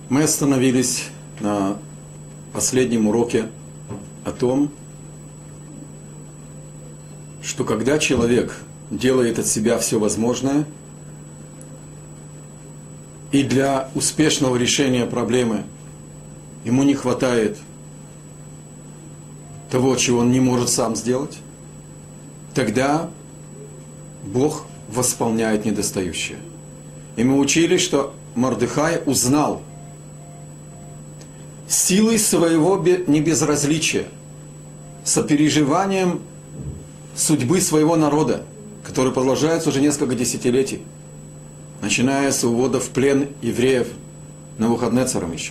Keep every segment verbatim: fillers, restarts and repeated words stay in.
Мы остановились на последнем уроке о том, что когда человек делает от себя все возможное, и для успешного решения проблемы ему не хватает того, чего он не может сам сделать, тогда Бог восполняет недостающее. И мы учили, что Мордехай узнал силой своего небезразличия, сопереживанием судьбы своего народа, который продолжается уже несколько десятилетий, начиная с увода в плен евреев Навуходоносором еще.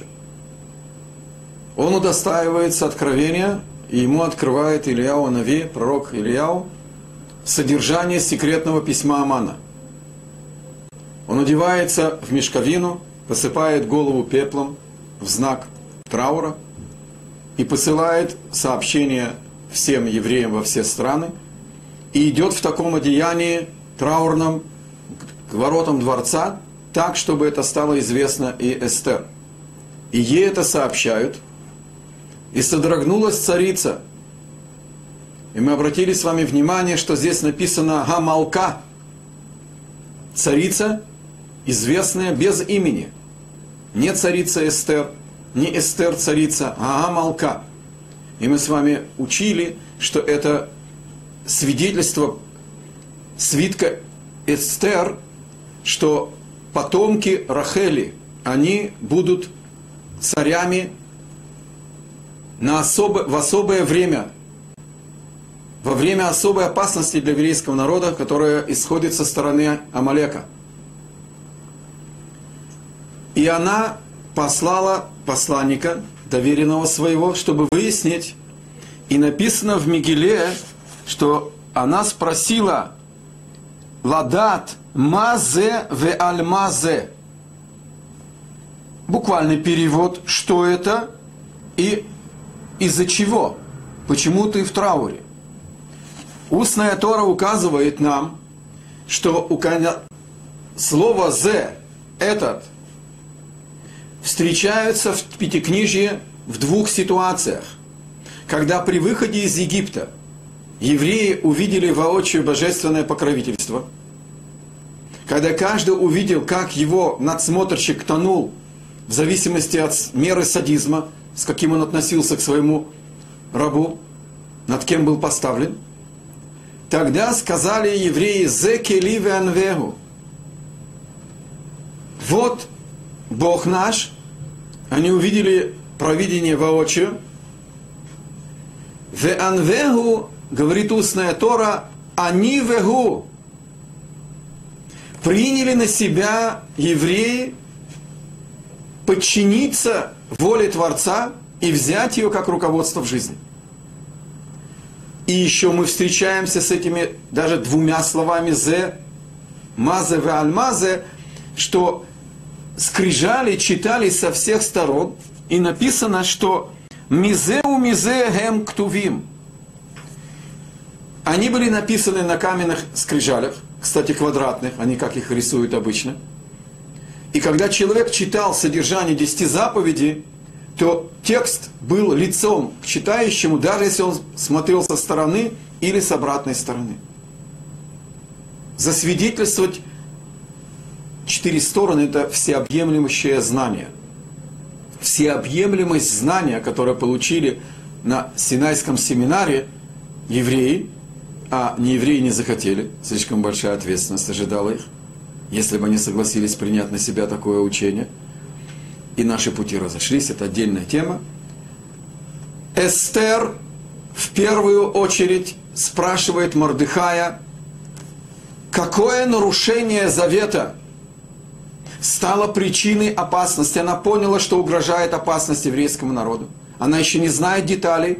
Он удостаивается откровения, и ему открывает Ильяу Нави, пророк Ильяу, содержание секретного письма Амана. Он одевается в мешковину, посыпает голову пеплом в знак траура и посылает сообщение всем евреям во все страны и идет в таком одеянии траурном к воротам дворца, так, чтобы это стало известно и Эстер. И ей это сообщают, и содрогнулась царица. И мы обратили с вами внимание, что здесь написано Гамалка, царица, известная без имени. Не царица Эстер, не Эстер царица, а Гамалка. И мы с вами учили, что это свидетельство свитка Эстер, что потомки Рахели, они будут царями на особо, в особое время, во время особой опасности для еврейского народа, которая исходит со стороны Амалека. И она послала посланника, доверенного своего, чтобы выяснить, и написано в Мегиле, что она спросила «Ладат мазе ве аль-мазе». Буквальный перевод «что это?» и «из-за чего?» «Почему ты в трауре?» Устная Тора указывает нам, что слово «зе» «этот» встречаются в Пятикнижье в двух ситуациях. Когда при выходе из Египта евреи увидели воочию божественное покровительство, когда каждый увидел, как его надсмотрщик тонул в зависимости от меры садизма, с каким он относился к своему рабу, над кем был поставлен, тогда сказали евреи «Зе кели ве анвегу». Вот Бог наш. Они увидели провидение воочию. «Ве анвегу», говорит устная Тора, «они вегу». Приняли на себя евреи подчиниться воле Творца и взять ее как руководство в жизни. И еще мы встречаемся с этими даже двумя словами «зе», «мазе» ве «аль-мазе», что скрижали читали со всех сторон, и написано, что «мизе у мизе гем ктувим». Они были написаны на каменных скрижалях, кстати, квадратных, они как их рисуют обычно. И когда человек читал содержание десяти заповедей, то текст был лицом к читающему, даже если он смотрел со стороны или с обратной стороны. Засвидетельствовать четыре стороны – это всеобъемлющее знание. Всеобъемлемость знания, которое получили на Синайском семинаре евреи, а не евреи не захотели, слишком большая ответственность ожидала их, если бы они согласились принять на себя такое учение. И наши пути разошлись, это отдельная тема. Эстер в первую очередь спрашивает Мордехая, какое нарушение завета стало причиной опасности. Она поняла, что угрожает опасность еврейскому народу. Она еще не знает деталей.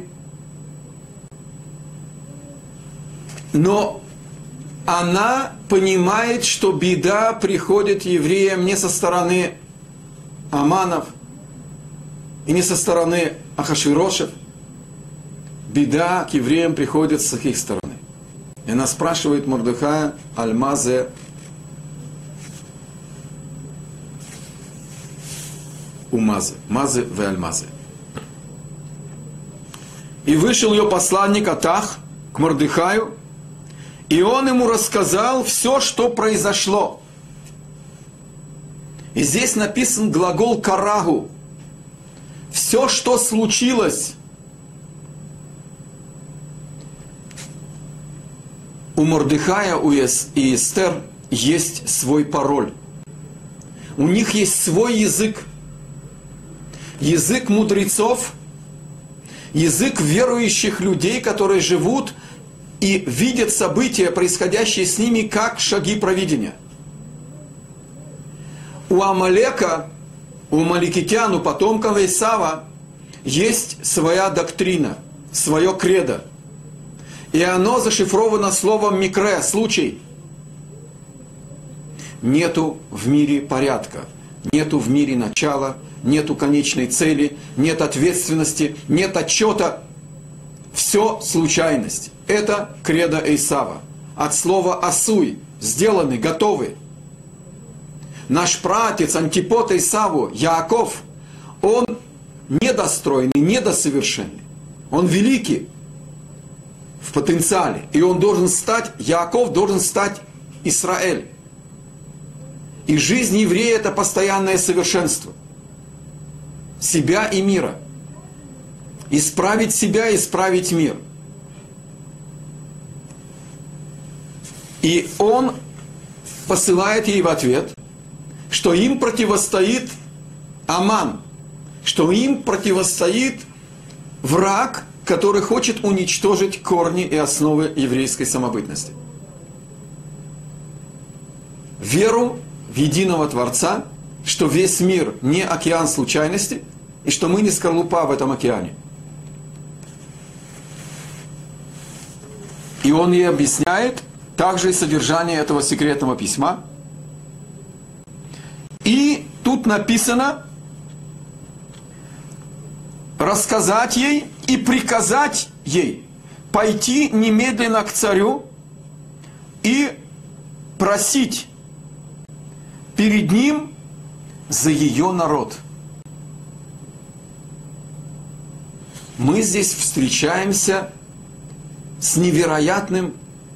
Но она понимает, что беда приходит евреям не со стороны Аманов и не со стороны Ахашвирошев. Беда к евреям приходит с их стороны. И она спрашивает Мордехая аль-мазе умазы, мазы в альмазы. И вышел ее посланник Атах к Мордехаю, и он ему рассказал все, что произошло. И здесь написан глагол карагу. Все, что случилось. У Мордехая у Эс, и Эстер есть свой пароль. У них есть свой язык. Язык мудрецов, язык верующих людей, которые живут и видят события, происходящие с ними, как шаги провидения. У Амалека, у амаликитян, у потомков Исава есть своя доктрина, свое кредо. И оно зашифровано словом «микре» – «случай». Нету в мире порядка, нету в мире начала, нету конечной цели, нет ответственности, нет отчета. Все случайность. Это кредо Исава. От слова «асуй» – сделанный, готовый. Наш праотец, антипод Исаву, Яаков, он недостроенный, недосовершенный. Он великий в потенциале. И он должен стать, Яаков должен стать Израиль. И жизнь еврея – это постоянное совершенство. Себя и мира. Исправить себя, исправить мир. И он посылает ей в ответ, что им противостоит Аман, что им противостоит враг, который хочет уничтожить корни и основы еврейской самобытности. Веру в единого Творца, что весь мир не океан случайности, и что мы не скорлупа в этом океане. И он ей объясняет также и содержание этого секретного письма. И тут написано рассказать ей и приказать ей пойти немедленно к царю и просить перед ним за ее народ. Мы здесь встречаемся с невероятным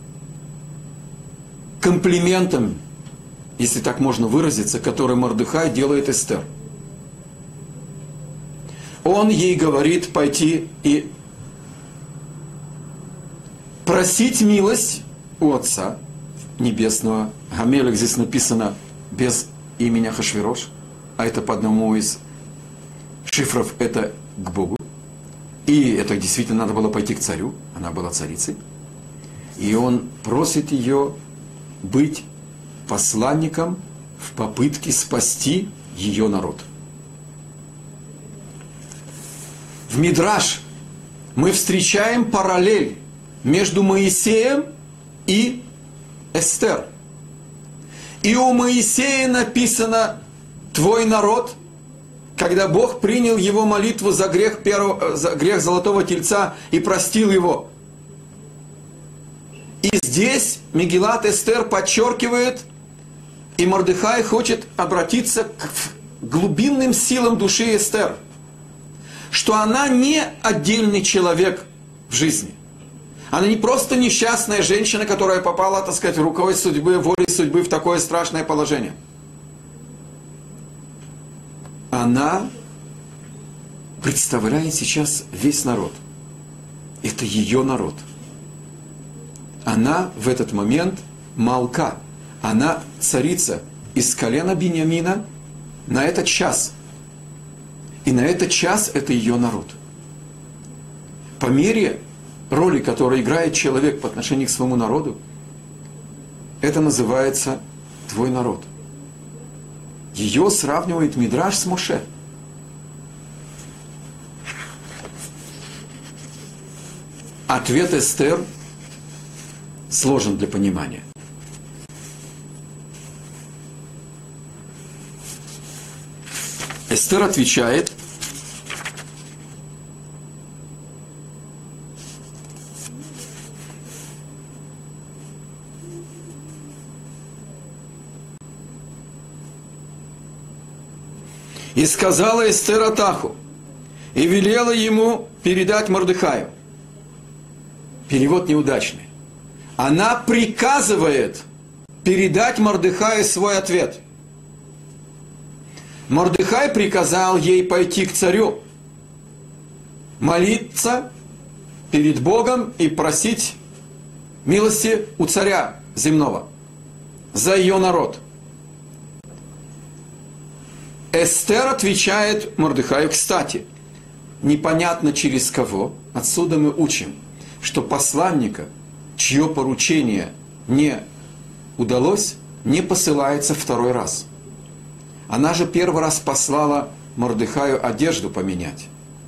комплиментом, если так можно выразиться, который Мордехай делает Эстер. Он ей говорит пойти и просить милость у Отца Небесного. Гамелек здесь написано без имени Ахашвирош, а это по одному из шифров, это к Богу. И это действительно надо было пойти к царю, она была царицей. И он просит ее быть посланником в попытке спасти ее народ. В Мидраш мы встречаем параллель между Моисеем и Эстер. И у Моисея написано «Твой народ», когда Бог принял его молитву за грех, первого, за грех золотого тельца и простил его. И здесь Мегилат Эстер подчеркивает, и Мордехай хочет обратиться к глубинным силам души Эстер, что она не отдельный человек в жизни. Она не просто несчастная женщина, которая попала, так сказать, рукой судьбы, волей судьбы в такое страшное положение. Она представляет сейчас весь народ. Это ее народ. Она в этот момент Малка. Она царица из колена Биньямина на этот час. И на этот час это ее народ. По мере роли, которую играет человек по отношению к своему народу, это называется твой народ. Ее сравнивает Мидраш с Моше. Ответ Эстер сложен для понимания. Эстер отвечает: И сказала Эстер Атаху, и велела ему передать Мордехаю. Перевод неудачный. Она приказывает передать Мордехаю свой ответ. Мордехай приказал ей пойти к царю, молиться перед Богом и просить милости у царя земного за ее народ. Эстер отвечает Мордехаю: кстати, непонятно через кого. Отсюда мы учим, что посланника, чье поручение не удалось, не посылается второй раз. Она же первый раз послала Мордехаю одежду поменять.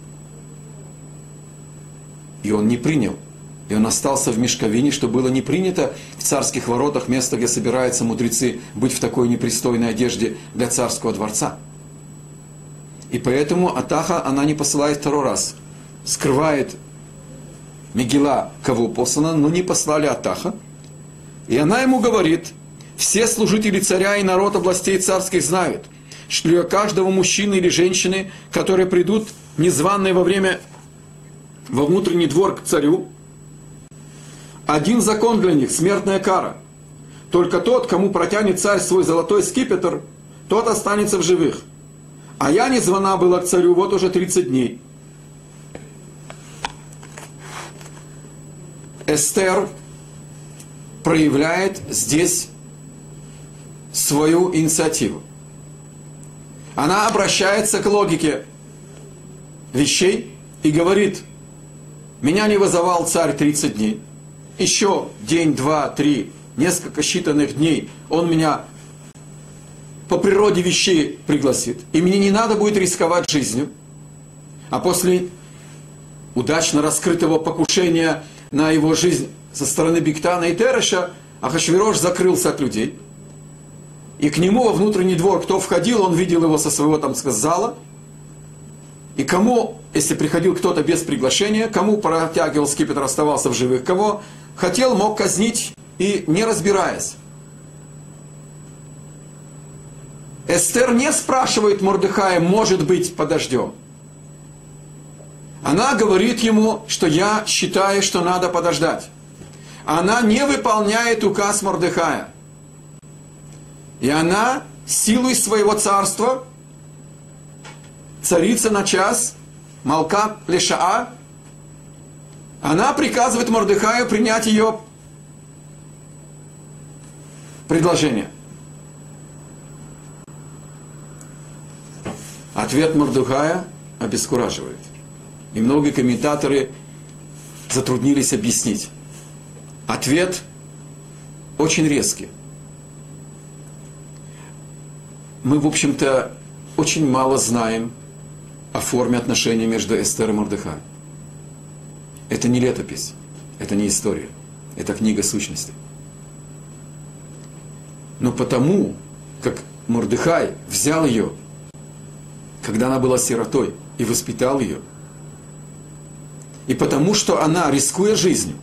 И он не принял. И он остался в мешковине, что было не принято в царских воротах, место, где собираются мудрецы, быть в такой непристойной одежде для царского дворца. И поэтому Атаха она не посылает второй раз. Скрывает Мегила, кого послана, но не послали Атаха. И она ему говорит: все служители царя и народ областей царских знают, что для каждого мужчины или женщины, которые придут незваные во время во внутренний двор к царю, один закон для них – смертная кара. Только тот, кому протянет царь свой золотой скипетр, тот останется в живых. А я незвана была к царю вот уже тридцать дней. Эстер проявляет здесь свою инициативу. Она обращается к логике вещей и говорит: меня не вызывал царь тридцать дней. Еще день, два, три, несколько считанных дней он меня по природе вещей пригласит. И мне не надо будет рисковать жизнью. А после удачно раскрытого покушения на его жизнь со стороны Биктана и Тереша, Ахашвирош закрылся от людей. И к нему во внутренний двор, кто входил, он видел его со своего, там сказать, зала. И кому, если приходил кто-то без приглашения, кому протягивал скипетр, оставался в живых, кого хотел, мог казнить, и не разбираясь. Эстер не спрашивает Мордехая: может быть, подождем. Она говорит ему, что я считаю, что надо подождать. Она не выполняет указ Мордехая. И она силой своего царства, царица на час, Малка Лешаа, она приказывает Мордехаю принять ее предложение. Ответ Мордехая обескураживает. И многие комментаторы затруднились объяснить. Ответ очень резкий. Мы, в общем-то, очень мало знаем о форме отношений между Эстер и Мордехаем. Это не летопись, это не история, это книга сущности. Но потому, как Мордехай взял ее, когда она была сиротой, и воспитал ее, и потому, что она, рискуя жизнью,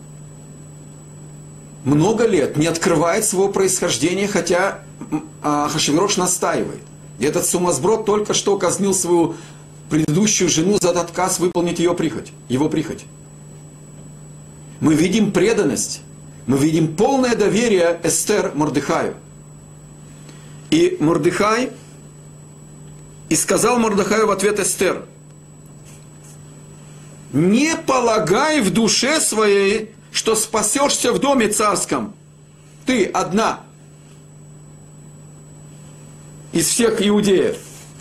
много лет не открывает своего происхождения, хотя Ахашвирош настаивает. И этот сумасброд только что казнил свою предыдущую жену за отказ выполнить ее прихоть, его прихоть. Мы видим преданность, мы видим полное доверие Эстер Мордехаю. И Мордехай, и сказал Мордехаю в ответ Эстер: не полагай в душе своей, что спасешься в доме царском, ты одна из всех иудеев.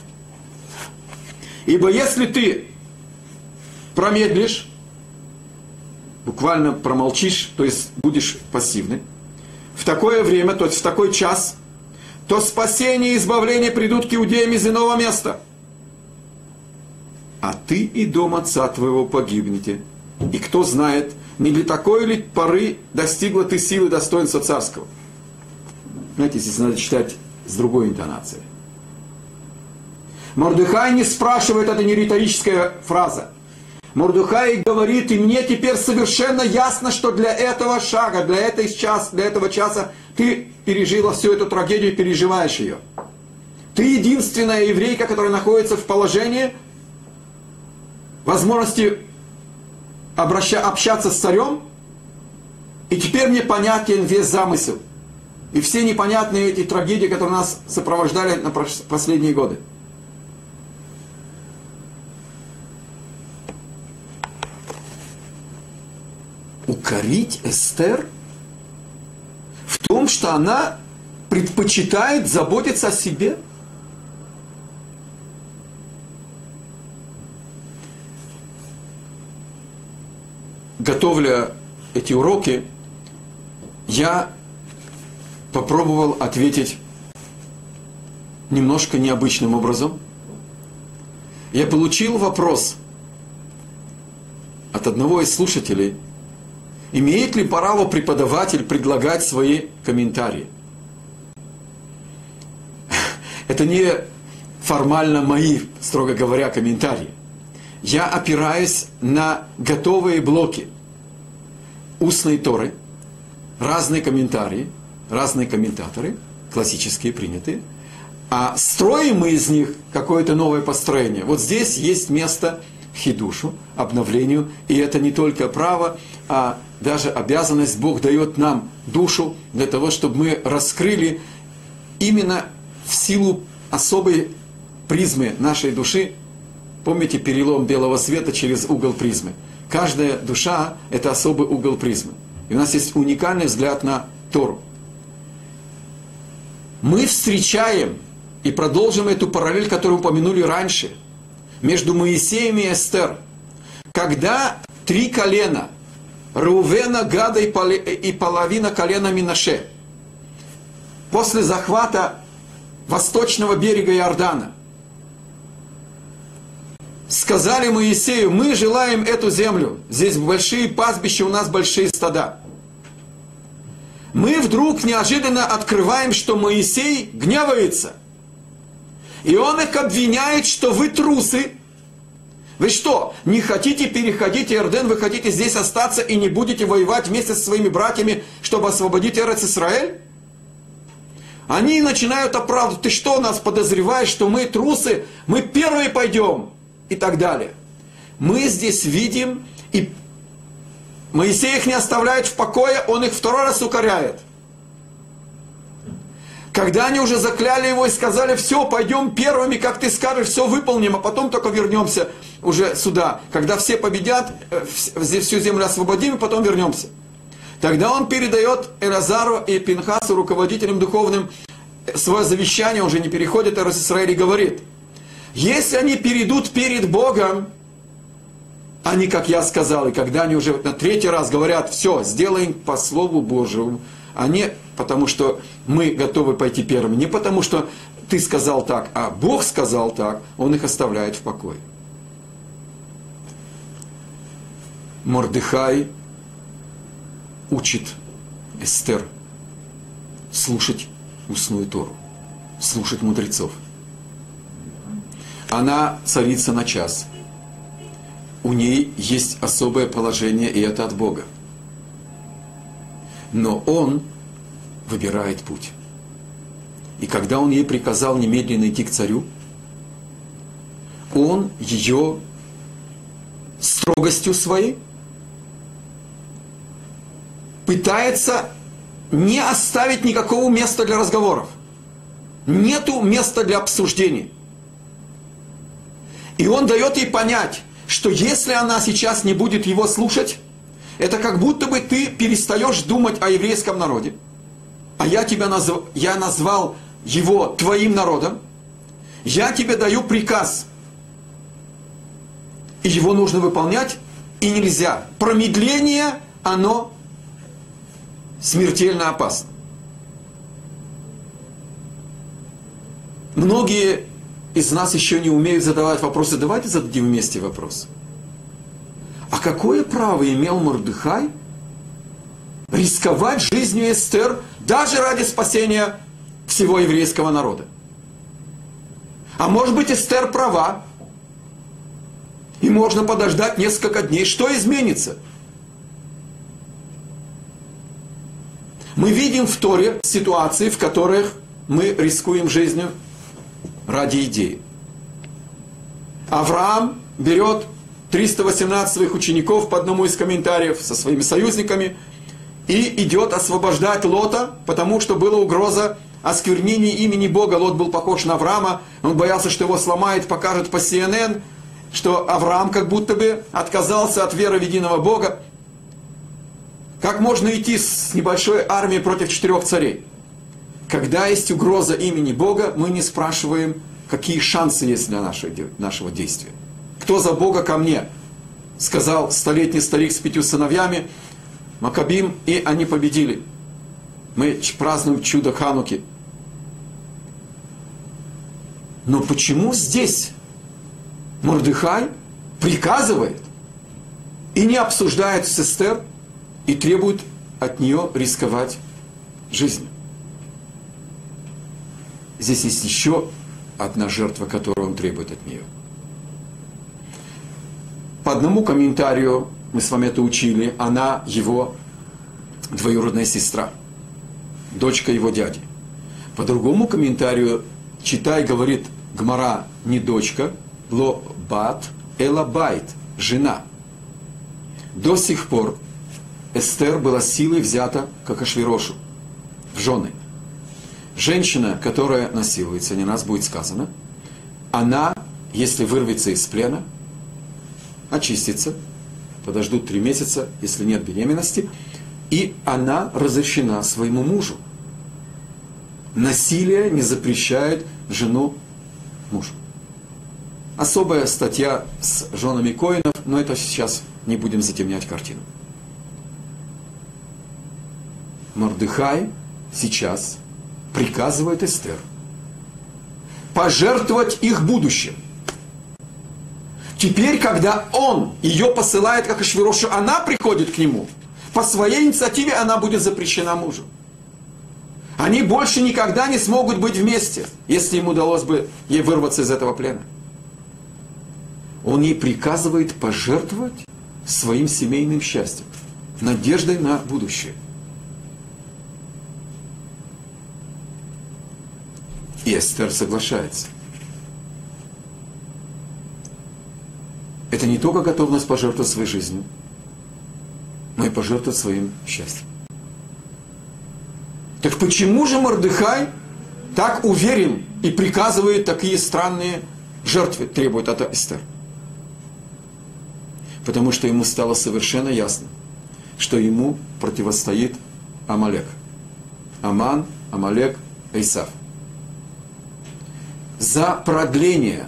Ибо если ты промедлишь, буквально промолчишь, то есть будешь пассивным, в такое время, то есть в такой час, то спасение и избавление придут к иудеям из иного места. А ты и дом отца твоего погибнете. И кто знает, не для такой ли поры достигла ты силы достоинства царского. Знаете, здесь надо читать с другой интонацией. Мордехай не спрашивает, это не риторическая фраза. Мордехай говорит: и мне теперь совершенно ясно, что для этого шага, для, этой час, для этого часа ты пережила всю эту трагедию и переживаешь ее. Ты единственная еврейка, которая находится в положении возможности обраща, общаться с царем. И теперь мне понятен весь замысел. И все непонятные эти трагедии, которые нас сопровождали на последние годы. Укорить Эстер в том, что она предпочитает заботиться о себе? Готовля эти уроки, я попробовал ответить немножко необычным образом. Я получил вопрос от одного из слушателей: имеет ли право преподаватель предлагать свои комментарии? Это не формально мои, строго говоря, комментарии. Я опираюсь на готовые блоки устной Торы, разные комментарии, разные комментаторы, классические, принятые, а строим мы из них какое-то новое построение. Вот здесь есть место хидушу, обновлению, и это не только право, а даже обязанность. Бог дает нам душу для того, чтобы мы раскрыли именно в силу особой призмы нашей души. Помните перелом белого света через угол призмы? Каждая душа – это особый угол призмы. И у нас есть уникальный взгляд на Тору. Мы встречаем и продолжим эту параллель, которую упомянули раньше, между Моисеем и Эстер. Когда три колена – Реувена, Гада и половина колена Минаше – после захвата восточного берега Иордана сказали Моисею: мы желаем эту землю, здесь большие пастбища, у нас большие стада. Мы вдруг неожиданно открываем, что Моисей гневается. И он их обвиняет, что вы трусы. Вы что, не хотите переходить Иордан, вы хотите здесь остаться и не будете воевать вместе со своими братьями, чтобы освободить Эрец-Исраэль? Они начинают оправдывать: ты что, нас подозреваешь, что мы трусы, мы первые пойдем? И так далее. Мы здесь видим, и Моисей их не оставляет в покое, он их второй раз укоряет. Когда они уже закляли его и сказали: все, пойдем первыми, как ты скажешь, все выполним, а потом только вернемся уже сюда. Когда все победят, всю землю освободим, и потом вернемся. Тогда он передает Элазару и Пинхасу, руководителям духовным, свое завещание, уже не переходит Эрец-Исраэль, и говорит: если они перейдут перед Богом, они, как я сказал, и когда они уже на третий раз говорят: все, сделаем по Слову Божьему, они, потому что мы готовы пойти первыми, не потому что ты сказал так, а Бог сказал так, он их оставляет в покое. Мордехай учит Эстер слушать устную Тору, слушать мудрецов. Она царица на час. У ней есть особое положение, и это от Бога. Но он выбирает путь. И когда он ей приказал немедленно идти к царю, он ее строгостью своей пытается не оставить никакого места для разговоров. Нету места для обсуждений. И он дает ей понять, что если она сейчас не будет его слушать, это как будто бы ты перестаешь думать о еврейском народе, а я тебя назв... я назвал его твоим народом, я тебе даю приказ, и его нужно выполнять, и нельзя. Промедление, оно смертельно опасно. Многие из нас еще не умеют задавать вопросы. Давайте зададим вместе вопрос. А какое право имел Мордехай рисковать жизнью Эстер даже ради спасения всего еврейского народа? А может быть, Эстер права, и можно подождать несколько дней. Что изменится? Мы видим в Торе ситуации, в которых мы рискуем жизнью ради идеи. Авраам берет триста восемнадцать своих учеников по одному из комментариев со своими союзниками и идет освобождать Лота, потому что была угроза осквернения имени Бога. Лот был похож на Авраама, он боялся, что его сломает, покажет по си эн эн, что Авраам как будто бы отказался от веры в единого Бога. Как можно идти с небольшой армией против четырех царей? Когда есть угроза имени Бога, мы не спрашиваем, какие шансы есть для нашего действия. «Кто за Бога ко мне?» сказал столетний старик с пятью сыновьями, Маккабим, и они победили. Мы празднуем чудо Хануки. Но почему здесь Мордехай приказывает и не обсуждает с Эстер и требует от нее рисковать жизнью? Здесь есть еще одна жертва, которую он требует от нее. По одному комментарию, мы с вами это учили, она его двоюродная сестра, дочка его дяди. По другому комментарию, читай, говорит Гмара, не дочка, ло бат, эла байт, жена. До сих пор Эстер была силой взята к Ахашвирошу в жены. Женщина, которая насилуется, не раз будет сказано, она, если вырвется из плена, очистится, подождут три месяца, если нет беременности, и она разрешена своему мужу. Насилие не запрещает жену мужу. Особая статья с женами коинов, но это сейчас не будем затемнять картину. Мордехай сейчас приказывает Эстер пожертвовать их будущим. Теперь, когда он ее посылает как Ахашвирошу, она приходит к нему. По своей инициативе она будет запрещена мужу. Они больше никогда не смогут быть вместе, если им удалось бы ей вырваться из этого плена. Он ей приказывает пожертвовать своим семейным счастьем, надеждой на будущее. И Эстер соглашается. Это не только готовность пожертвовать своей жизнью, но и пожертвовать своим счастьем. Так почему же Мордехай так уверен и приказывает такие странные жертвы, требует от Эстер? Потому что ему стало совершенно ясно, что ему противостоит Амалек. Аман, Амалек, Эйсав. За продление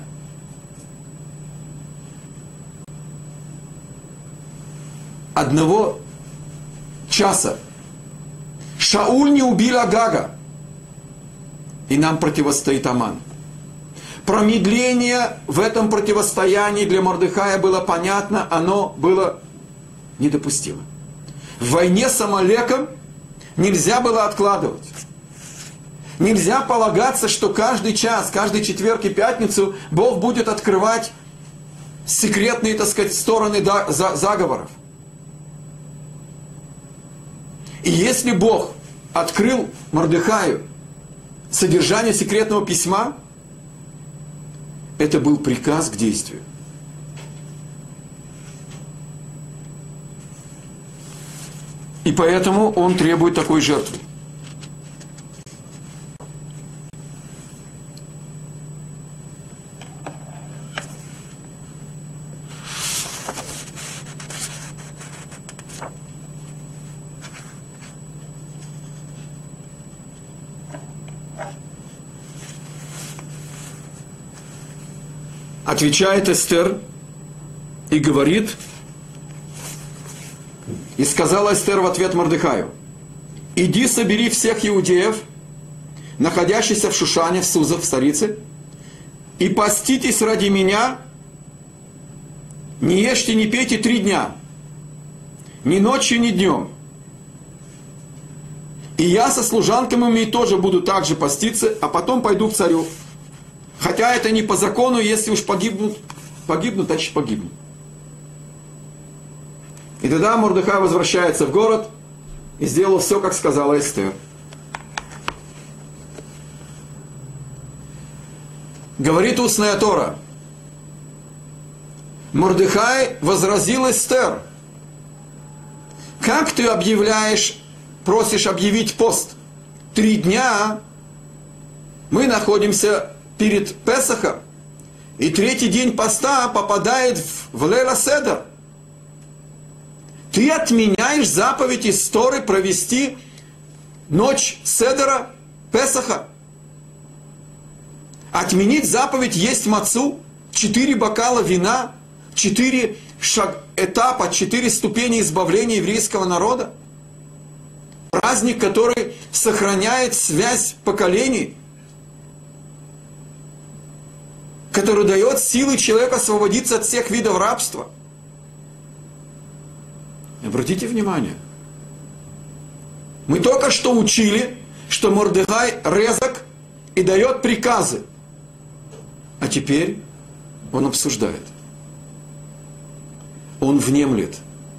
одного часа Шауль не убил Агага, и нам противостоит Аман. Промедление в этом противостоянии для Мордехая было понятно, оно было недопустимо. В войне с Амалеком нельзя было откладывать. Нельзя полагаться, что каждый час, каждый четверг и пятницу Бог будет открывать секретные, так сказать, стороны заговоров. И если Бог открыл Мордехаю содержание секретного письма, это был приказ к действию. И поэтому он требует такой жертвы. Отвечает Эстер и говорит, и сказала Эстер в ответ Мордехаю: иди собери всех иудеев, находящихся в Шушане, в Сузах, в столице, и поститесь ради меня, не ешьте, не пейте три дня, ни ночью, ни днем. И я со служанками моими тоже буду также поститься, а потом пойду к царю. Хотя это не по закону, если уж погибнут, погибнут, значит погибнут. И тогда Мордехай возвращается в город и сделал все, как сказала Эстер. Говорит устная Тора. Мордехай возразил Эстер. Как ты объявляешь, просишь объявить пост? Три дня мы находимся перед Песахом, и третий день поста попадает в Лейла Седер. Ты отменяешь заповедь из Торы провести ночь Седера Песаха. Отменить заповедь есть мацу, четыре бокала вина, четыре шаг, этапа, четыре ступени избавления еврейского народа. Праздник, который сохраняет связь поколений, который дает силы человеку освободиться от всех видов рабства. Обратите внимание, мы только что учили, что Мордехай резок и дает приказы, а теперь он обсуждает, он внемлет.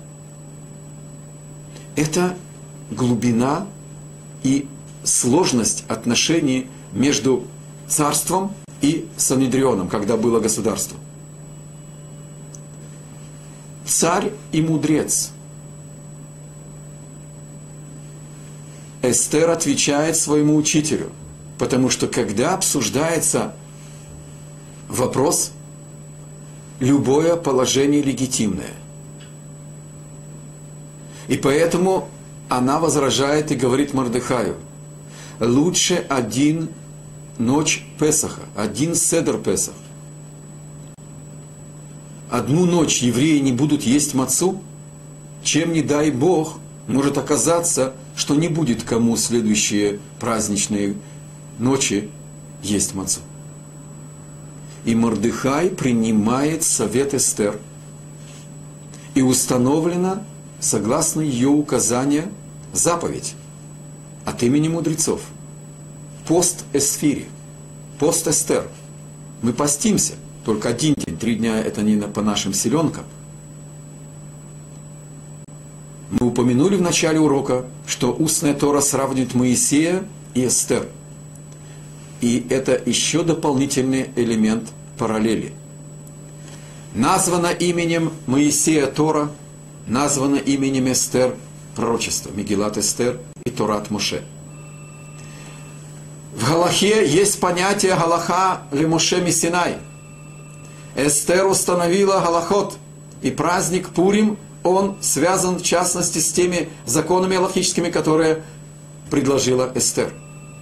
Это глубина и сложность отношений между царством и Санедрионом, когда было государство. Царь и мудрец. Эстер отвечает своему учителю, потому что когда обсуждается вопрос, любое положение легитимное. И поэтому она возражает и говорит Мордехаю: лучше один ночь Песаха, один седер Песах. Одну ночь евреи не будут есть мацу, чем, не дай Бог, может оказаться, что не будет кому следующие праздничные ночи есть мацу. И Мордехай принимает совет Эстер. И установлена, согласно ее указания, заповедь от имени мудрецов. Пост Эсфири, пост Эстер. Мы постимся, только один день, три дня это не по нашим силенкам. Мы упомянули в начале урока, что устная Тора сравнивает Моисея и Эстер. И это еще дополнительный элемент параллели. Названо именем Моисея Тора, названо именем Эстер пророчество, Мегилат Эстер и Торат Моше. В Галахе есть понятие Галаха ле Моше Мисинай. Эстер установила Галахот, и праздник Пурим, он связан в частности с теми законами галахическими, которые предложила Эстер.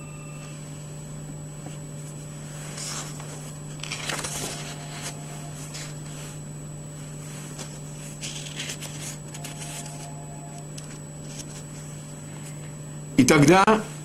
И тогда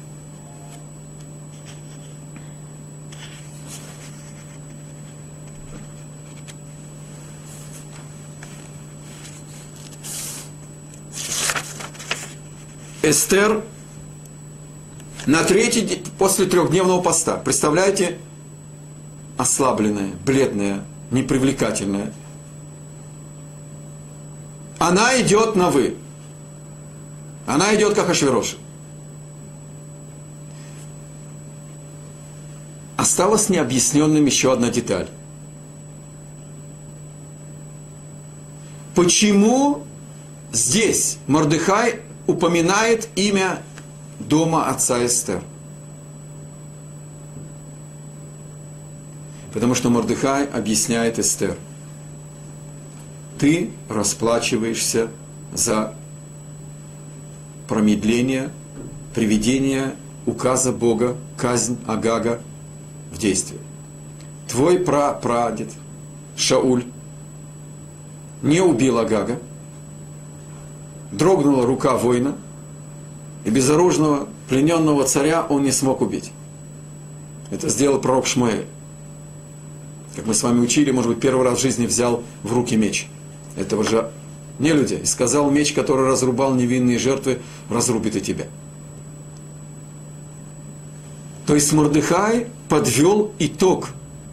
Эстер на третий день после трехдневного поста, представляете, ослабленная, бледная, непривлекательная, она идет на «вы». Она идет к Ахашверошу. Осталась необъясненным еще одна деталь. Почему здесь Мордехай упоминает имя дома отца Эстер? Потому что Мордехай объясняет Эстер: ты расплачиваешься за промедление, приведение указа Бога, казнь Агага в действие. Твой прапрадед Шауль не убил Агага, дрогнула рука воина, и безоружного плененного царя он не смог убить. Это сделал пророк Шмуэль. Как мы с вами учили, может быть, первый раз в жизни взял в руки меч этого же нелюдя и сказал: меч, который разрубал невинные жертвы, разрубит и тебя. То есть Мордехай подвел итог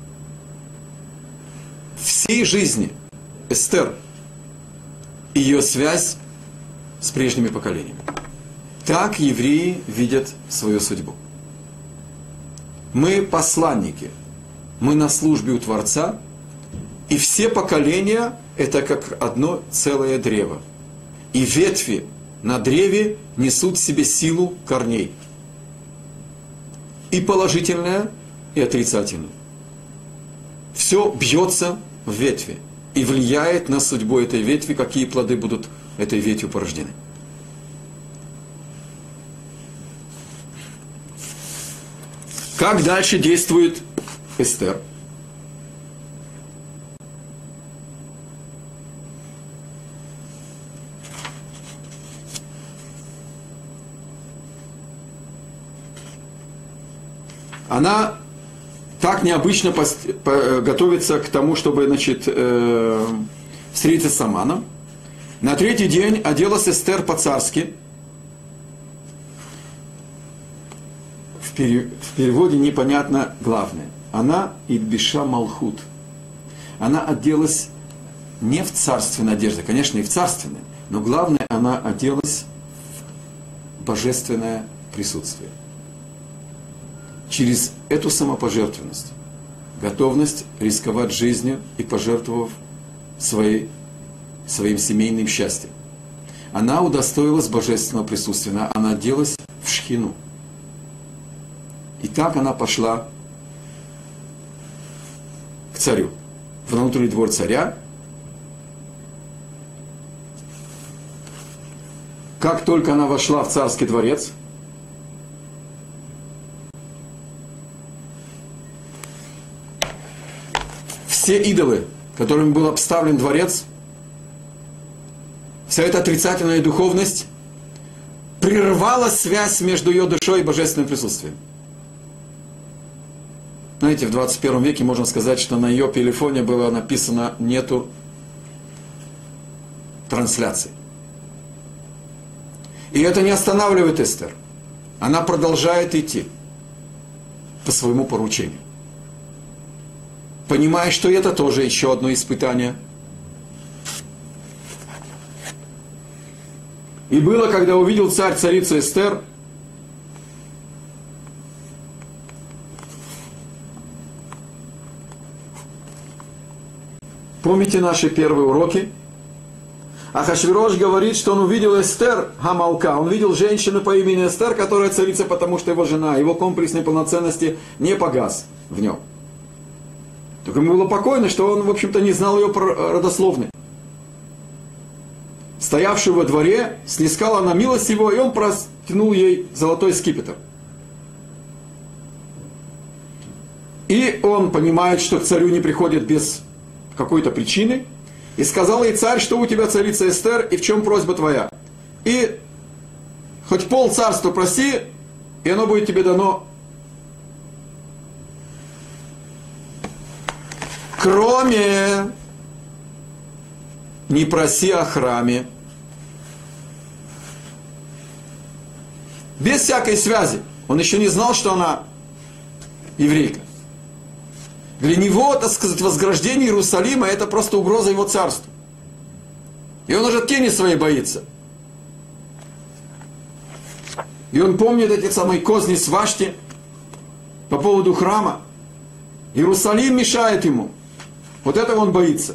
всей жизни Эстер, ее связь с прежними поколениями. Так евреи видят свою судьбу. Мы посланники, мы на службе у Творца, и все поколения – это как одно целое древо. И ветви на древе несут в себе силу корней. И положительное, и отрицательное. Все бьется в ветви и влияет на судьбу этой ветви, какие плоды будут этой ветвью порождены. Как дальше действует Эстер? Она так необычно пост- по- готовится к тому, чтобы, значит, э- встретиться с Аманом. На третий день оделась Эстер по-царски. В, пере- в переводе непонятно главное. Она Идбиша Малхут. Она оделась не в царственной одежде, конечно, и в царственной, но главное, она оделась в божественное присутствие. Через эту самопожертвенность, готовность рисковать жизнью и пожертвовав своей, своим семейным счастьем, она удостоилась божественного присутствия, она оделась в шхину. И так она пошла к царю, в внутренний двор царя. Как только она вошла в царский дворец, все идолы, которыми был обставлен дворец, вся эта отрицательная духовность прервала связь между ее душой и божественным присутствием. Знаете, в двадцать первом веке можно сказать, что на ее телефоне было написано «нету трансляции». И это не останавливает Эстер. Она продолжает идти по своему поручению, понимая, что это тоже еще одно испытание. И было, когда увидел царь царицу Эстер, помните наши первые уроки? Ахашвирош говорит, что он увидел Эстер Хамалка, он видел женщину по имени Эстер, которая царица, потому что его жена, его комплекс неполноценности не погас в нем. Только ему было покойно, что он, в общем-то, не знал ее родословной. Стоявший во дворе, снискала она милость его, и он протянул ей золотой скипетр. И он понимает, что к царю не приходит без какой-то причины, и сказал ей царь, что у тебя царица Эстер, и в чем просьба твоя. И хоть пол царства проси, и оно будет тебе дано. Кроме, не проси о храме. Без всякой связи. Он еще не знал, что она еврейка. Для него, так сказать, возграждение Иерусалима – это просто угроза его царству. И он уже тени своей боится. И он помнит эти самые козни с Вашти по поводу храма. Иерусалим мешает ему. Вот этого он боится.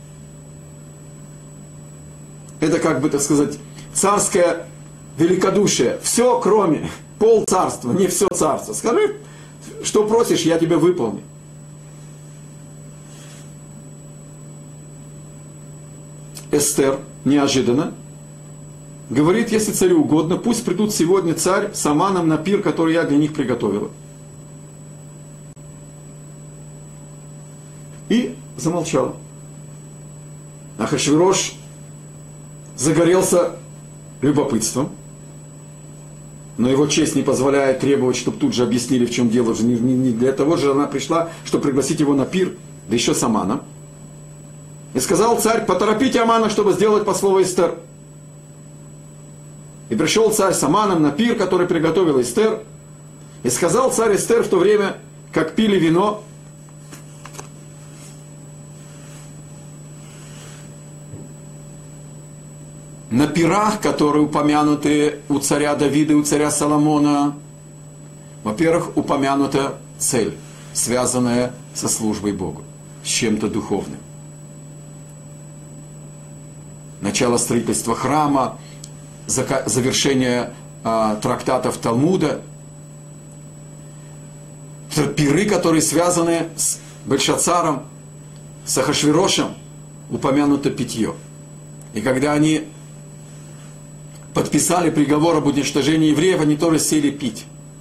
Это, как бы, так сказать, царское великодушие. Все, кроме пол царства, не все царство. Скажи, что просишь, я тебе выполню. Эстер неожиданно говорит, если царю угодно, пусть придут сегодня царь с Аманом на пир, который я для них приготовила. И замолчала. Ахашвирош загорелся любопытством, но его честь не позволяет требовать, чтобы тут же объяснили, в чем дело. Не для того же она пришла, чтобы пригласить его на пир, да еще с Аманом. И сказал царь, поторопите Амана, чтобы сделать по слову Эстер. И пришел царь с Аманом на пир, который приготовил Эстер. И сказал царь Эстер в то время, как пили вино, на пирах, которые упомянуты у царя Давида и у царя Соломона, во-первых, упомянута цель. связанное со службой Богу, с чем-то духовным. Начало строительства храма, завершение а, трактатов Талмуда, пиры, которые связаны с Бельшацаром, с Ахашвирошем, упомянуто питье. И когда они подписали приговор об уничтожении евреев, они тоже сели пить.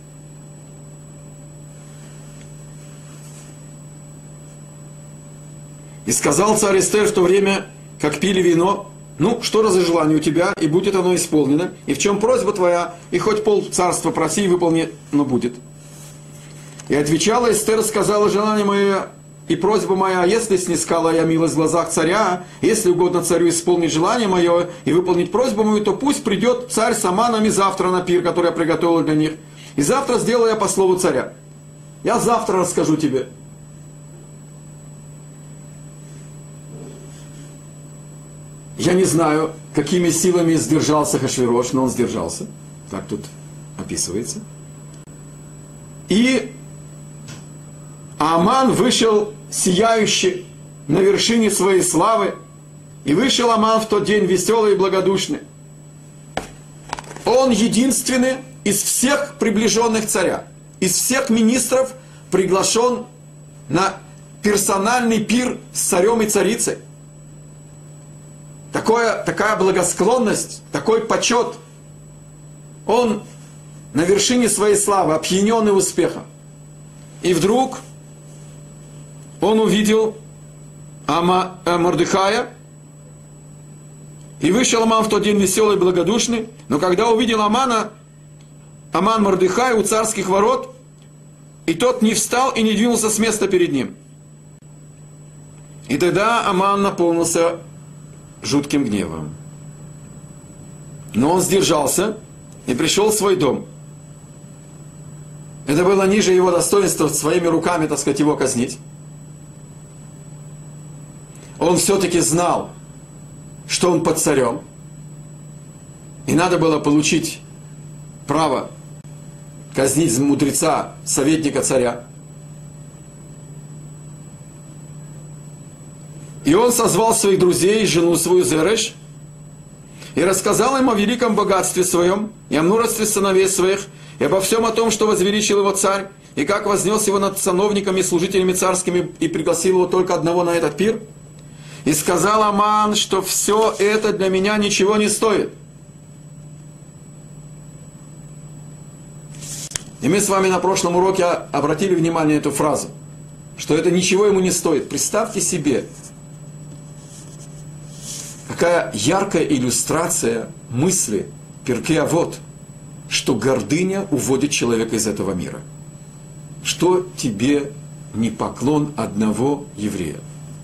И сказал царь Эстер в то время, как пили вино: ну, что за желание у тебя, и будет оно исполнено, и в чем просьба твоя, и хоть пол царства проси, и выполни, но будет. И отвечала Эстер, сказала: желание мое и просьба моя, если снискала я милость в глазах царя, если угодно царю исполнить желание мое и выполнить просьбу мою, то пусть придет царь с аманами завтра на пир, который я приготовил для них, и завтра сделаю я по слову царя. Я завтра расскажу тебе. Я не знаю, какими силами сдержался Ахашвирош, но он сдержался. Так тут описывается. И Аман вышел сияющий на вершине своей славы. И вышел Аман в тот день веселый и благодушный. Он единственный из всех приближенных царя, из всех министров приглашен на персональный пир с царем и царицей. Такое, такая благосклонность, такой почет. Он на вершине своей славы, опьяненный успехом. И вдруг он увидел Ама, э, Мордехая, и вышел Аман в тот день веселый и благодушный, но когда увидел Амана, Аман Мордехай у царских ворот, и тот не встал и не двинулся с места перед ним. И тогда Аман наполнился жутким гневом. Но он сдержался и пришел в свой дом. Это было ниже его достоинства своими руками, так сказать, его казнить. Он все-таки знал, что он под царем. И надо было получить право казнить мудреца, советника царя. И он созвал своих друзей, жену свою Зереш, и рассказал им о великом богатстве своем, и о множестве сыновей своих, и обо всем о том, что возвеличил его царь, и как вознес его над сановниками и служителями царскими, и пригласил его только одного на этот пир. И сказал Аман, что все это для меня ничего не стоит. И мы с вами на прошлом уроке обратили внимание на эту фразу, что это ничего ему не стоит. Представьте себе, какая яркая иллюстрация мысли Пиркей Авот, что гордыня уводит человека из этого мира. Что тебе не поклон одного еврея?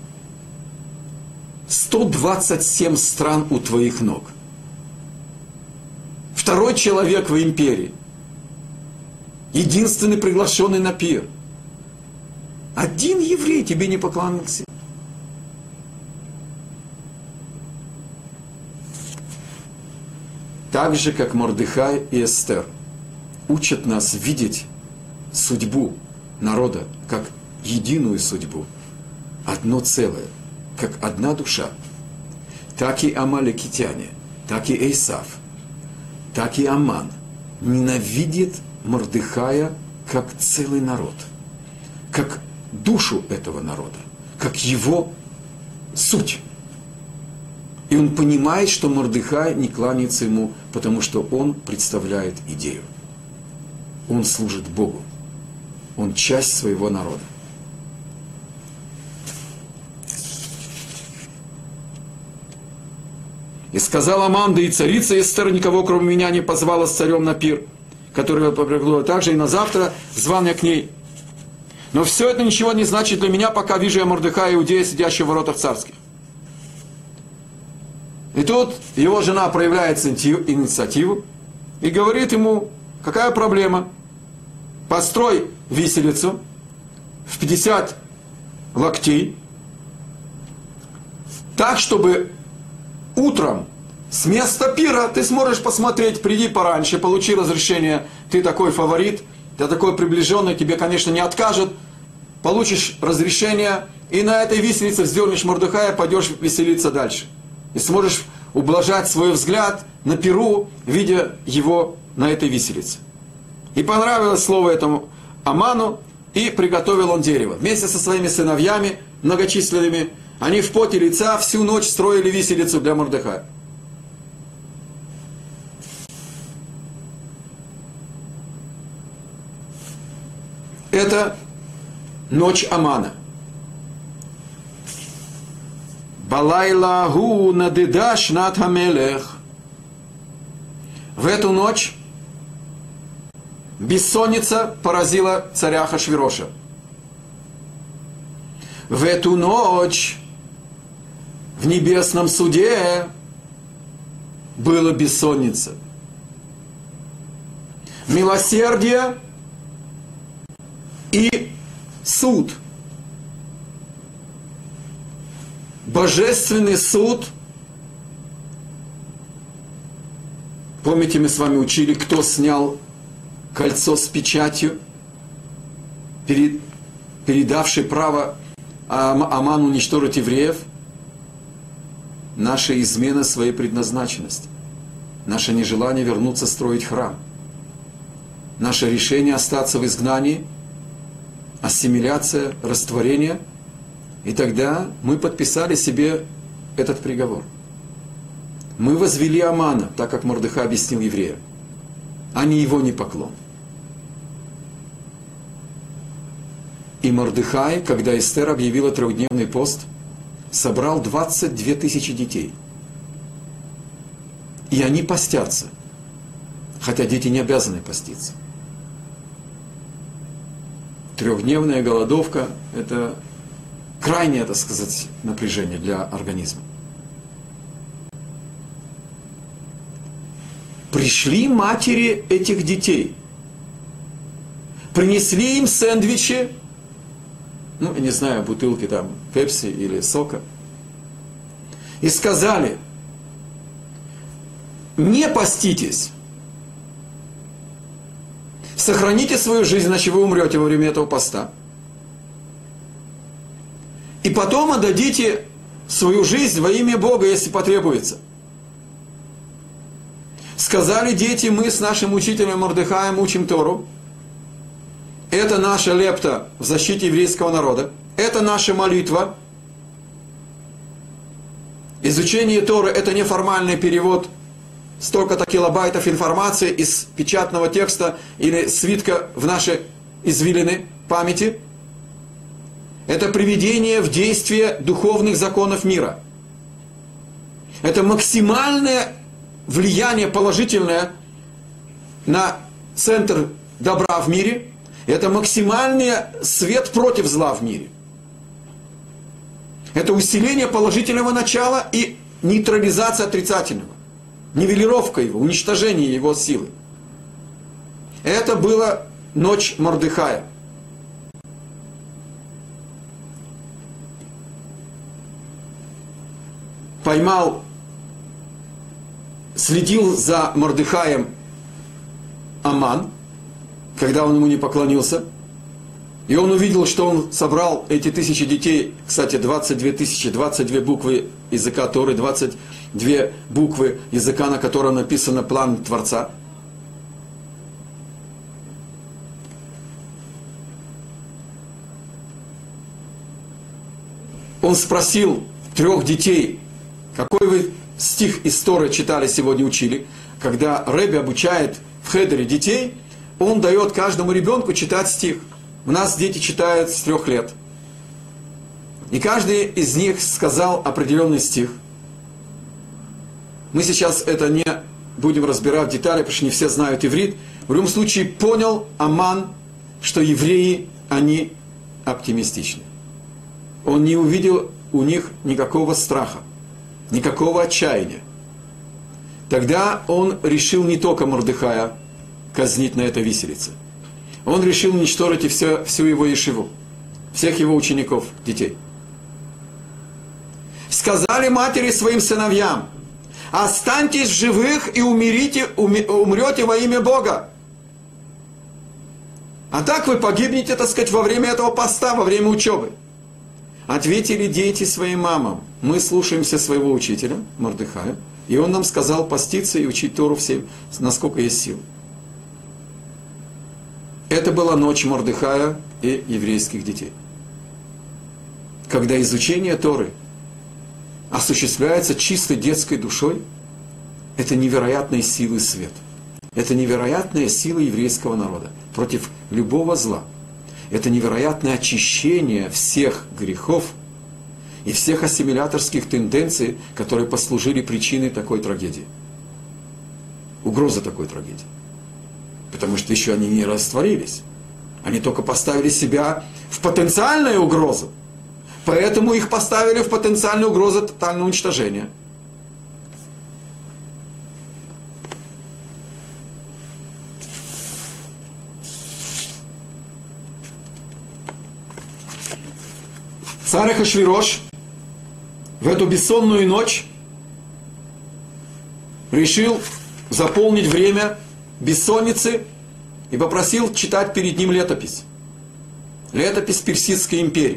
сто двадцать семь стран у твоих ног. Второй человек в империи. Единственный приглашенный на пир. Один еврей тебе не поклонился. Так же, как Мордехай и Эстер учат нас видеть судьбу народа как единую судьбу, одно целое, как одна душа. Так и амалекитяне, так и Эйсав, так и Аман ненавидят Мордехая как целый народ, как душу этого народа, как его суть. И он понимает, что Мордехай не кланяется ему, потому что он представляет идею. Он служит Богу. Он часть своего народа. И сказал Аман, да и царица Эстер никого, кроме меня, не позвала с царем на пир, который я попрекнула также, и на завтра звал я к ней. Но все это ничего не значит для меня, пока вижу я Мордехая, иудея, сидящего в воротах царских. И тут его жена проявляет инициативу и говорит ему, какая проблема? Построй виселицу в пятьдесят локтей, так, чтобы утром с места пира ты сможешь посмотреть, приди пораньше, получи разрешение, ты такой фаворит, ты такой приближенный, тебе, конечно, не откажут, получишь разрешение, и на этой виселице вздернешь Мордехая, пойдешь веселиться дальше. И сможешь ублажать свой взгляд на перу, видя его на этой виселице. И понравилось слово этому Аману, и приготовил он дерево. Вместе со своими сыновьями, многочисленными, они в поте лица всю ночь строили виселицу для Мордехая. Это ночь Амана. Балайла гу надыдаш над хамелех. В эту ночь бессонница поразила царя Ахашвироша. В эту ночь в небесном суде была бессонница. Милосердие и суд. Божественный суд. Помните, мы с вами учили, кто снял кольцо с печатью, перед, передавший право Аману уничтожить евреев? Наша измена своей предназначенности. Наше нежелание вернуться строить храм. Наше решение остаться в изгнании, ассимиляция, растворение. И тогда мы подписали себе этот приговор. Мы возвели Амана, так как Мордехай объяснил евреям, а не его непоклон. И Мордехай, когда Эстер объявила трехдневный пост, собрал двадцать две тысячи детей. И они постятся, хотя дети не обязаны поститься. Трехдневная голодовка – это крайнее, так сказать, напряжение для организма. Пришли матери этих детей, принесли им сэндвичи, ну, я не знаю, бутылки там пепси или сока, и сказали: не поститесь, сохраните свою жизнь, иначе вы умрете во время этого поста. И потом отдадите свою жизнь во имя Бога, если потребуется. Сказали дети: мы с нашим учителем Мордехаем учим Тору. Это наша лепта в защите еврейского народа. Это наша молитва. Изучение Торы – это не формальный перевод столько-то килобайтов информации из печатного текста или свитка в наши извилины памяти. Это приведение в действие духовных законов мира. Это максимальное влияние положительное на центр добра в мире. Это максимальный свет против зла в мире. Это усиление положительного начала и нейтрализация отрицательного. Нивелировка его, уничтожение его силы. Это была ночь Мордехая. Поймал, следил за Мордехаем Аман, когда он ему не поклонился. И он увидел, что он собрал эти тысячи детей, кстати, двадцать две тысячи, двадцать две буквы языка Торы, двадцать две буквы языка, на котором написано план Творца. Он спросил трех детей: какой вы стих из Торы читали сегодня, учили? Когда Ребби обучает в хедере детей, он дает каждому ребенку читать стих. У нас дети читают с трех лет. И каждый из них сказал определенный стих. Мы сейчас это не будем разбирать в детали, потому что не все знают иврит. В любом случае понял Аман, что евреи, они оптимистичны. Он не увидел у них никакого страха, никакого отчаяния. Тогда он решил не только Мордехая казнить на этой виселице. Он решил уничтожить и все, всю его ешиву, всех его учеников, детей. Сказали матери своим сыновьям: останьтесь в живых и умерите, умрете во имя Бога. А так вы погибнете, так сказать, во время этого поста, во время учебы. Ответили дети своим мамам: мы слушаемся своего учителя, Мордехая, и он нам сказал поститься и учить Тору всем, насколько есть сил. Это была ночь Мордехая и еврейских детей, когда изучение Торы осуществляется чистой детской душой. Это невероятная сила и свет. Это невероятная сила еврейского народа против любого зла. Это невероятное очищение всех грехов и всех ассимиляторских тенденций, которые послужили причиной такой трагедии. Угроза такой трагедии. Потому что еще они не растворились. Они только поставили себя в потенциальную угрозу. Поэтому их поставили в потенциальную угрозу тотального уничтожения. Царь Ахашвирош в эту бессонную ночь решил заполнить время бессонницы и попросил читать перед ним летопись. Летопись Персидской империи.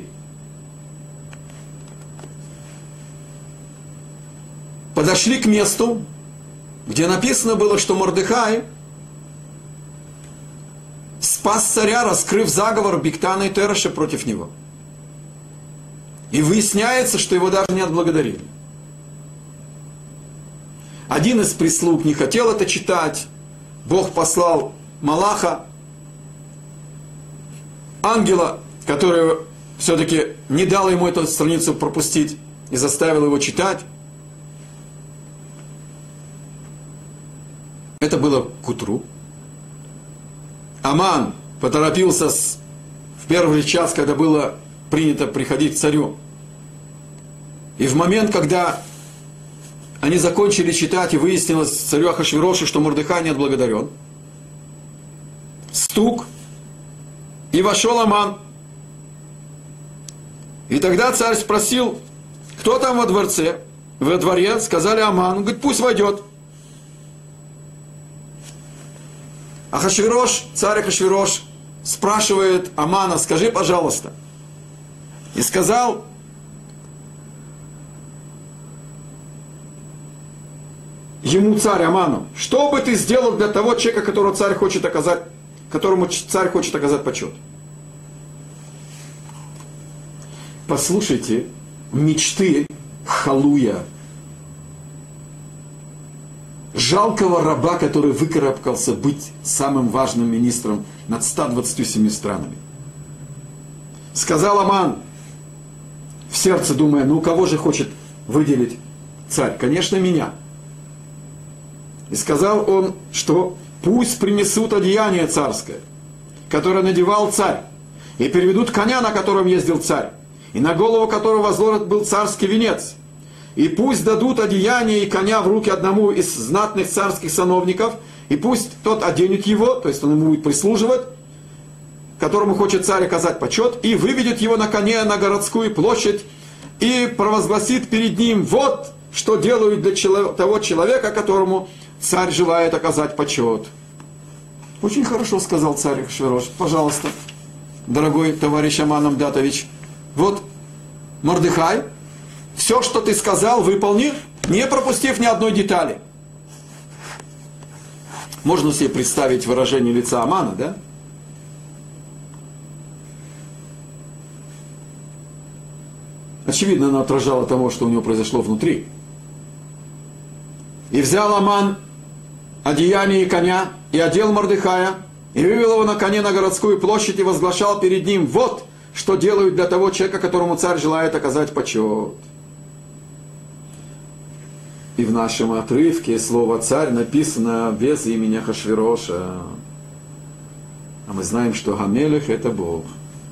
Подошли к месту, где написано было, что Мордехай спас царя, раскрыв заговор Бигтана и Тереша против него. И выясняется, что его даже не отблагодарили. Один из прислуг не хотел это читать. Бог послал Малаха, ангела, который все-таки не дал ему эту страницу пропустить и заставил его читать. Это было к утру. Аман поторопился с, в первый час, когда было принято приходить к царю. И в момент, когда они закончили читать, и выяснилось царю Ахашвирошу, что Мордехай не отблагодарен, стук, и вошел Аман. И тогда царь спросил: кто там во дворце? Во дворе. Сказали: Аман. Он говорит: пусть войдет. Ахашвирош, царь Ахашвирош, спрашивает Амана: скажи, пожалуйста. И сказал: ему царь Аману: что бы ты сделал для того человека, которого царь хочет оказать, которому царь хочет оказать почет? Послушайте мечты халуя, жалкого раба, который выкарабкался быть самым важным министром над ста двадцатью семью странами. Сказал Аман, в сердце думая: ну кого же хочет выделить царь? Конечно, меня. И сказал он, что пусть принесут одеяние царское, которое надевал царь, и переведут коня, на котором ездил царь, и на голову которого возложен был царский венец. И пусть дадут одеяние и коня в руки одному из знатных царских сановников, и пусть тот оденет его, то есть он ему будет прислуживать, которому хочет царь оказать почет, и выведет его на коне на городскую площадь, и провозгласит перед ним: вот что делают для того человека, которому царь желает оказать почет. Очень хорошо, сказал царь Ахашвирош. Пожалуйста, дорогой товарищ Аман Амдатович, вот Мордехай, все, что ты сказал, выполнил, не пропустив ни одной детали. Можно себе представить выражение лица Амана, да? Очевидно, оно отражало того, что у него произошло внутри. И взял Аман одеяние и коня, и одел Мордехая, и вывел его на коне на городскую площадь, и возглашал перед ним: вот что делают для того человека, которому царь желает оказать почет. И в нашем отрывке слово «царь» написано без имени Ахашвироша. А мы знаем, что Гамелех – это Бог.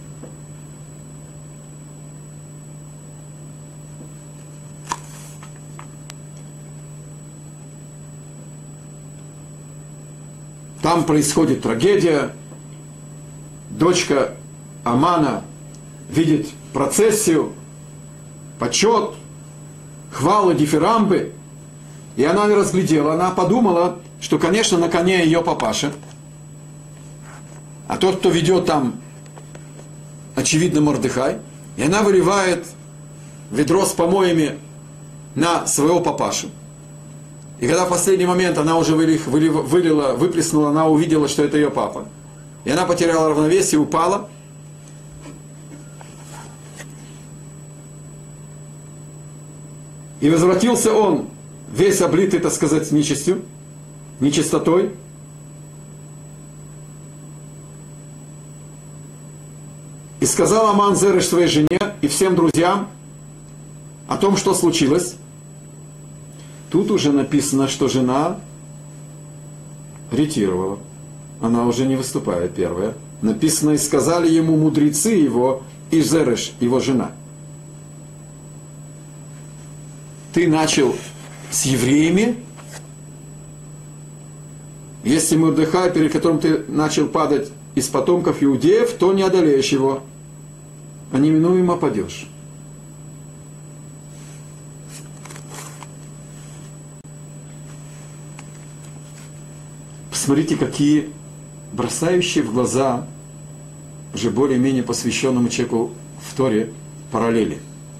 Там происходит трагедия. Дочка Амана видит процессию, почет, хвалы, дифирамбы. И она не разглядела, она подумала, что, конечно, на коне ее папаша. а тот, кто ведет там, очевидно, Мордехай, и она выливает ведро с помоями на своего папашу. И когда в последний момент она уже вылила, вылила, выплеснула, она увидела, что это ее папа. И она потеряла равновесие, упала. И возвратился он, весь облитый, так сказать, нечистью, нечистотой. И сказал Аман Зереш своей жене и всем друзьям о том, что случилось. Тут уже написано, что жена ретировала. Она уже не выступает первая. Написано, и сказали ему мудрецы его и Зереш, его жена. Ты начал с евреями, если Мордехай, перед которым ты начал падать из потомков иудеев, то не одолеешь его, а неминуемо падешь. Посмотрите, какие бросающие в глаза уже более-менее посвященному человеку в Торе параллели.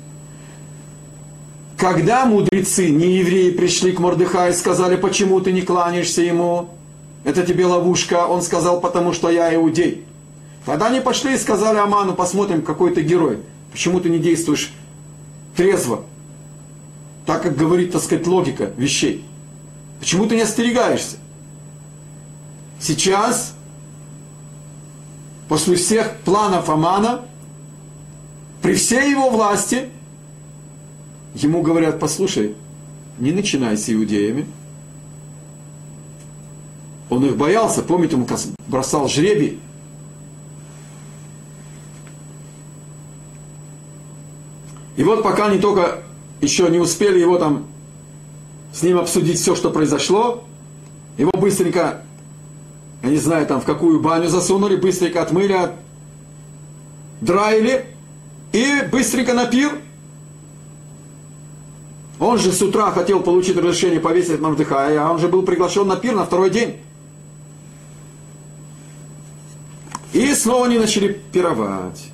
Когда мудрецы, не евреи, пришли к Мордехаю и сказали, почему ты не кланяешься ему, это тебе ловушка, он сказал, потому что я иудей. Тогда они пошли и сказали Аману, посмотрим, какой ты герой, почему ты не действуешь трезво, так как говорит, так сказать, логика вещей. Почему ты не остерегаешься? Сейчас, после всех планов Амана, при всей его власти, ему говорят, послушай, не начинай с иудеями. Он их боялся, помните, он бросал жребий. И вот пока они только еще не успели его там, с ним обсудить все, что произошло, его быстренько, я не знаю, там в какую баню засунули, быстренько отмыли, драили, и быстренько на пир. Он же с утра хотел получить разрешение повесить Мордехая, а он же был приглашен на пир на второй день. И снова они начали пировать.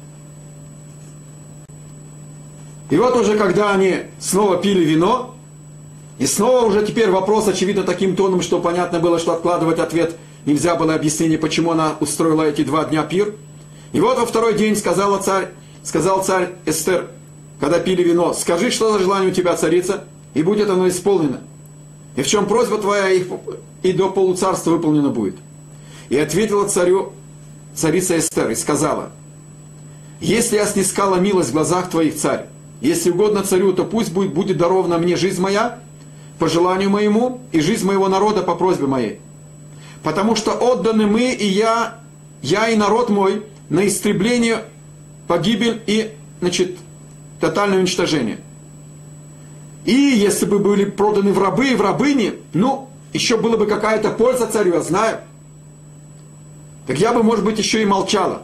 И вот уже когда они снова пили вино, и снова уже теперь вопрос, очевидно, таким тоном, что понятно было, что откладывать ответ нельзя было, объяснение, почему она устроила эти два дня пир. И вот во второй день сказала царь, сказал царь Эстер, когда пили вино, скажи, что за желание у тебя, царица, и будет оно исполнено. И в чем просьба твоя, и до полуцарства выполнено будет. И ответила царю царица Эстер, и сказала, если я снискала милость в глазах твоих, царь, если угодно царю, то пусть будет, будет дарована мне жизнь моя, по желанию моему, и жизнь моего народа по просьбе моей. Потому что отданы мы, и я, я и народ мой, на истребление, погибель и, значит, тотальное уничтожение. И если бы были проданы в рабы и в рабыни, ну, еще была бы какая-то польза царю, я знаю. Так я бы, может быть, еще и молчала.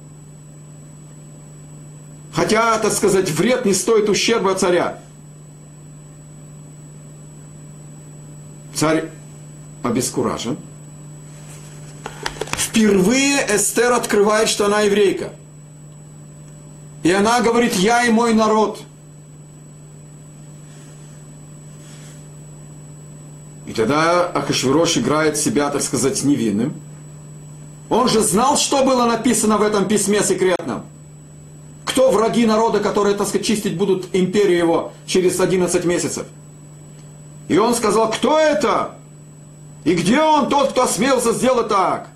Хотя, так сказать, вред не стоит ущерба царя. Царь обескуражен. Впервые Эстер открывает, что она еврейка. И она говорит, я и мой народ. И тогда Ахашвирош играет себя, так сказать, невинным. Он же знал, что было написано в этом письме секретном. Кто враги народа, которые, так сказать, чистить будут империю его через одиннадцать месяцев. И он сказал, кто это? И где он, тот, кто осмелился сделать так?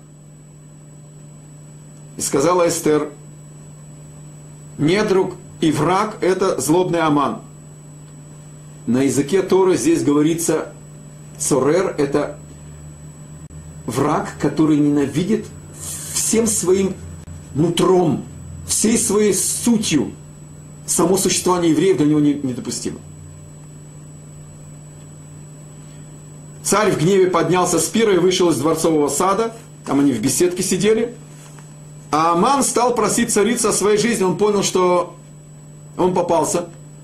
И сказала Эстер, недруг и враг – это злобный Аман. На языке Торы здесь говорится, цорер – это враг, который ненавидит всем своим нутром, всей своей сутью. Само существование евреев для него недопустимо. Царь в гневе поднялся с пира и вышел из дворцового сада, там они в беседке сидели. А Аман стал просить царицу о своей жизни, он понял, что он попался.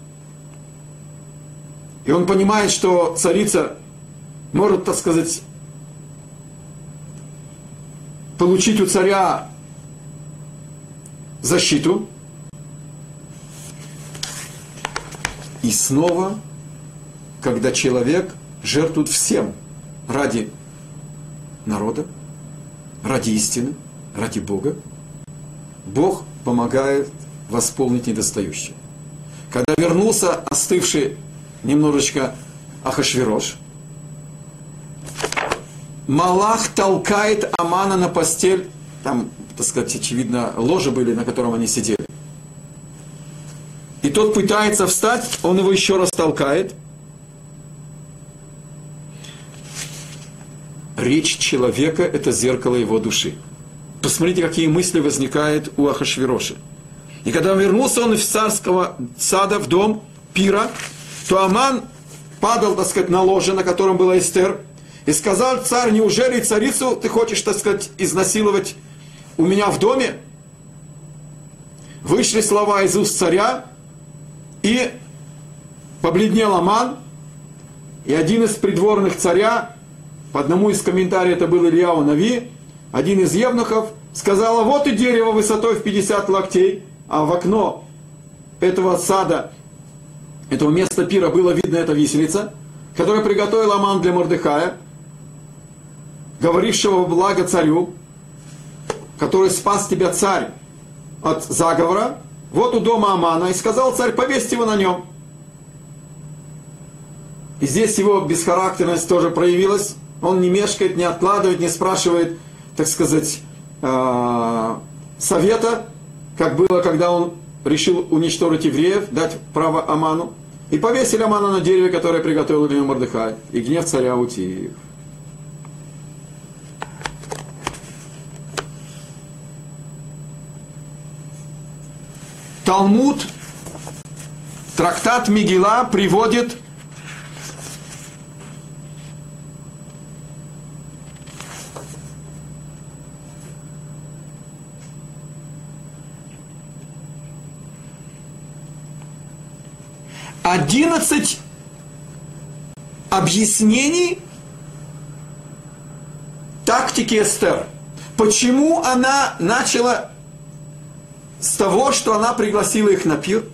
И он понимает, что царица может, так сказать, получить у царя защиту. И снова, когда человек жертвует всем ради народа, ради истины, ради Бога, Бог помогает восполнить недостающее. Когда вернулся остывший немножечко Ахашвирош, Малах толкает Амана на постель, там, так сказать, очевидно, ложи были, на котором они сидели. И тот пытается встать, он его еще раз толкает. Речь человека – это зеркало его души. Посмотрите, какие мысли возникают у Ахашвироша. И когда вернулся он из царского сада в дом пира, то Аман падал, так сказать, на ложе, на котором была Эстер, и сказал: царь, неужели царицу ты хочешь, так сказать, изнасиловать у меня в доме? Вышли слова из уст царя, и побледнел Аман, и один из придворных царя, по одному из комментариев это был Ильяу Нави, один из евнухов, сказал: вот и дерево высотой в пятьдесят локтей, а в окно этого сада, этого места пира было видно эта виселица, которую приготовил Аман для Мордехая, говорившего во благо царю, который спас тебя, царь, от заговора. Вот у дома Амана. И сказал царь: повесьте его на нем. И здесь его бесхарактерность тоже проявилась. Он не мешкает, не откладывает, не спрашивает, так сказать, совета, как было, когда он решил уничтожить евреев, дать право Аману. И повесили Амана на дереве, которое приготовил для него Мордехай. И гнев царя утих. Талмуд, трактат Мегила приводит одиннадцать объяснений тактики Эстер. Почему она начала с того, что она пригласила их на пир?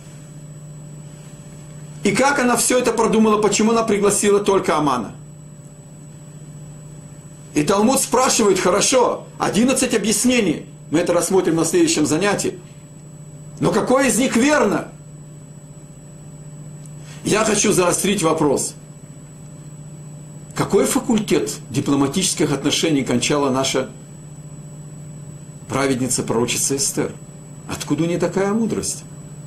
И как она все это продумала, почему она пригласила только Амана? И Талмуд спрашивает: хорошо, одиннадцать объяснений, мы это рассмотрим на следующем занятии, но какое из них верно? Я хочу заострить вопрос. Какой факультет дипломатических отношений кончала наша праведница, пророчица Эстер? Откуда у нее такая мудрость?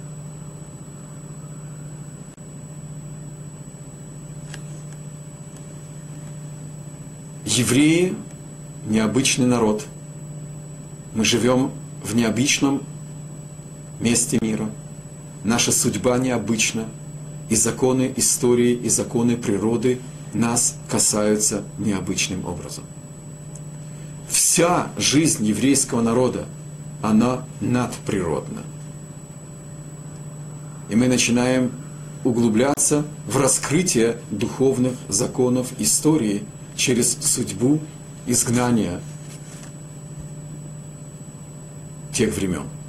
Евреи – необычный народ. Мы живем в необычном месте мира. Наша судьба необычна. И законы истории, и законы природы нас касаются необычным образом. Вся жизнь еврейского народа, она надприродна. И мы начинаем углубляться в раскрытие духовных законов истории через судьбу изгнания тех времен.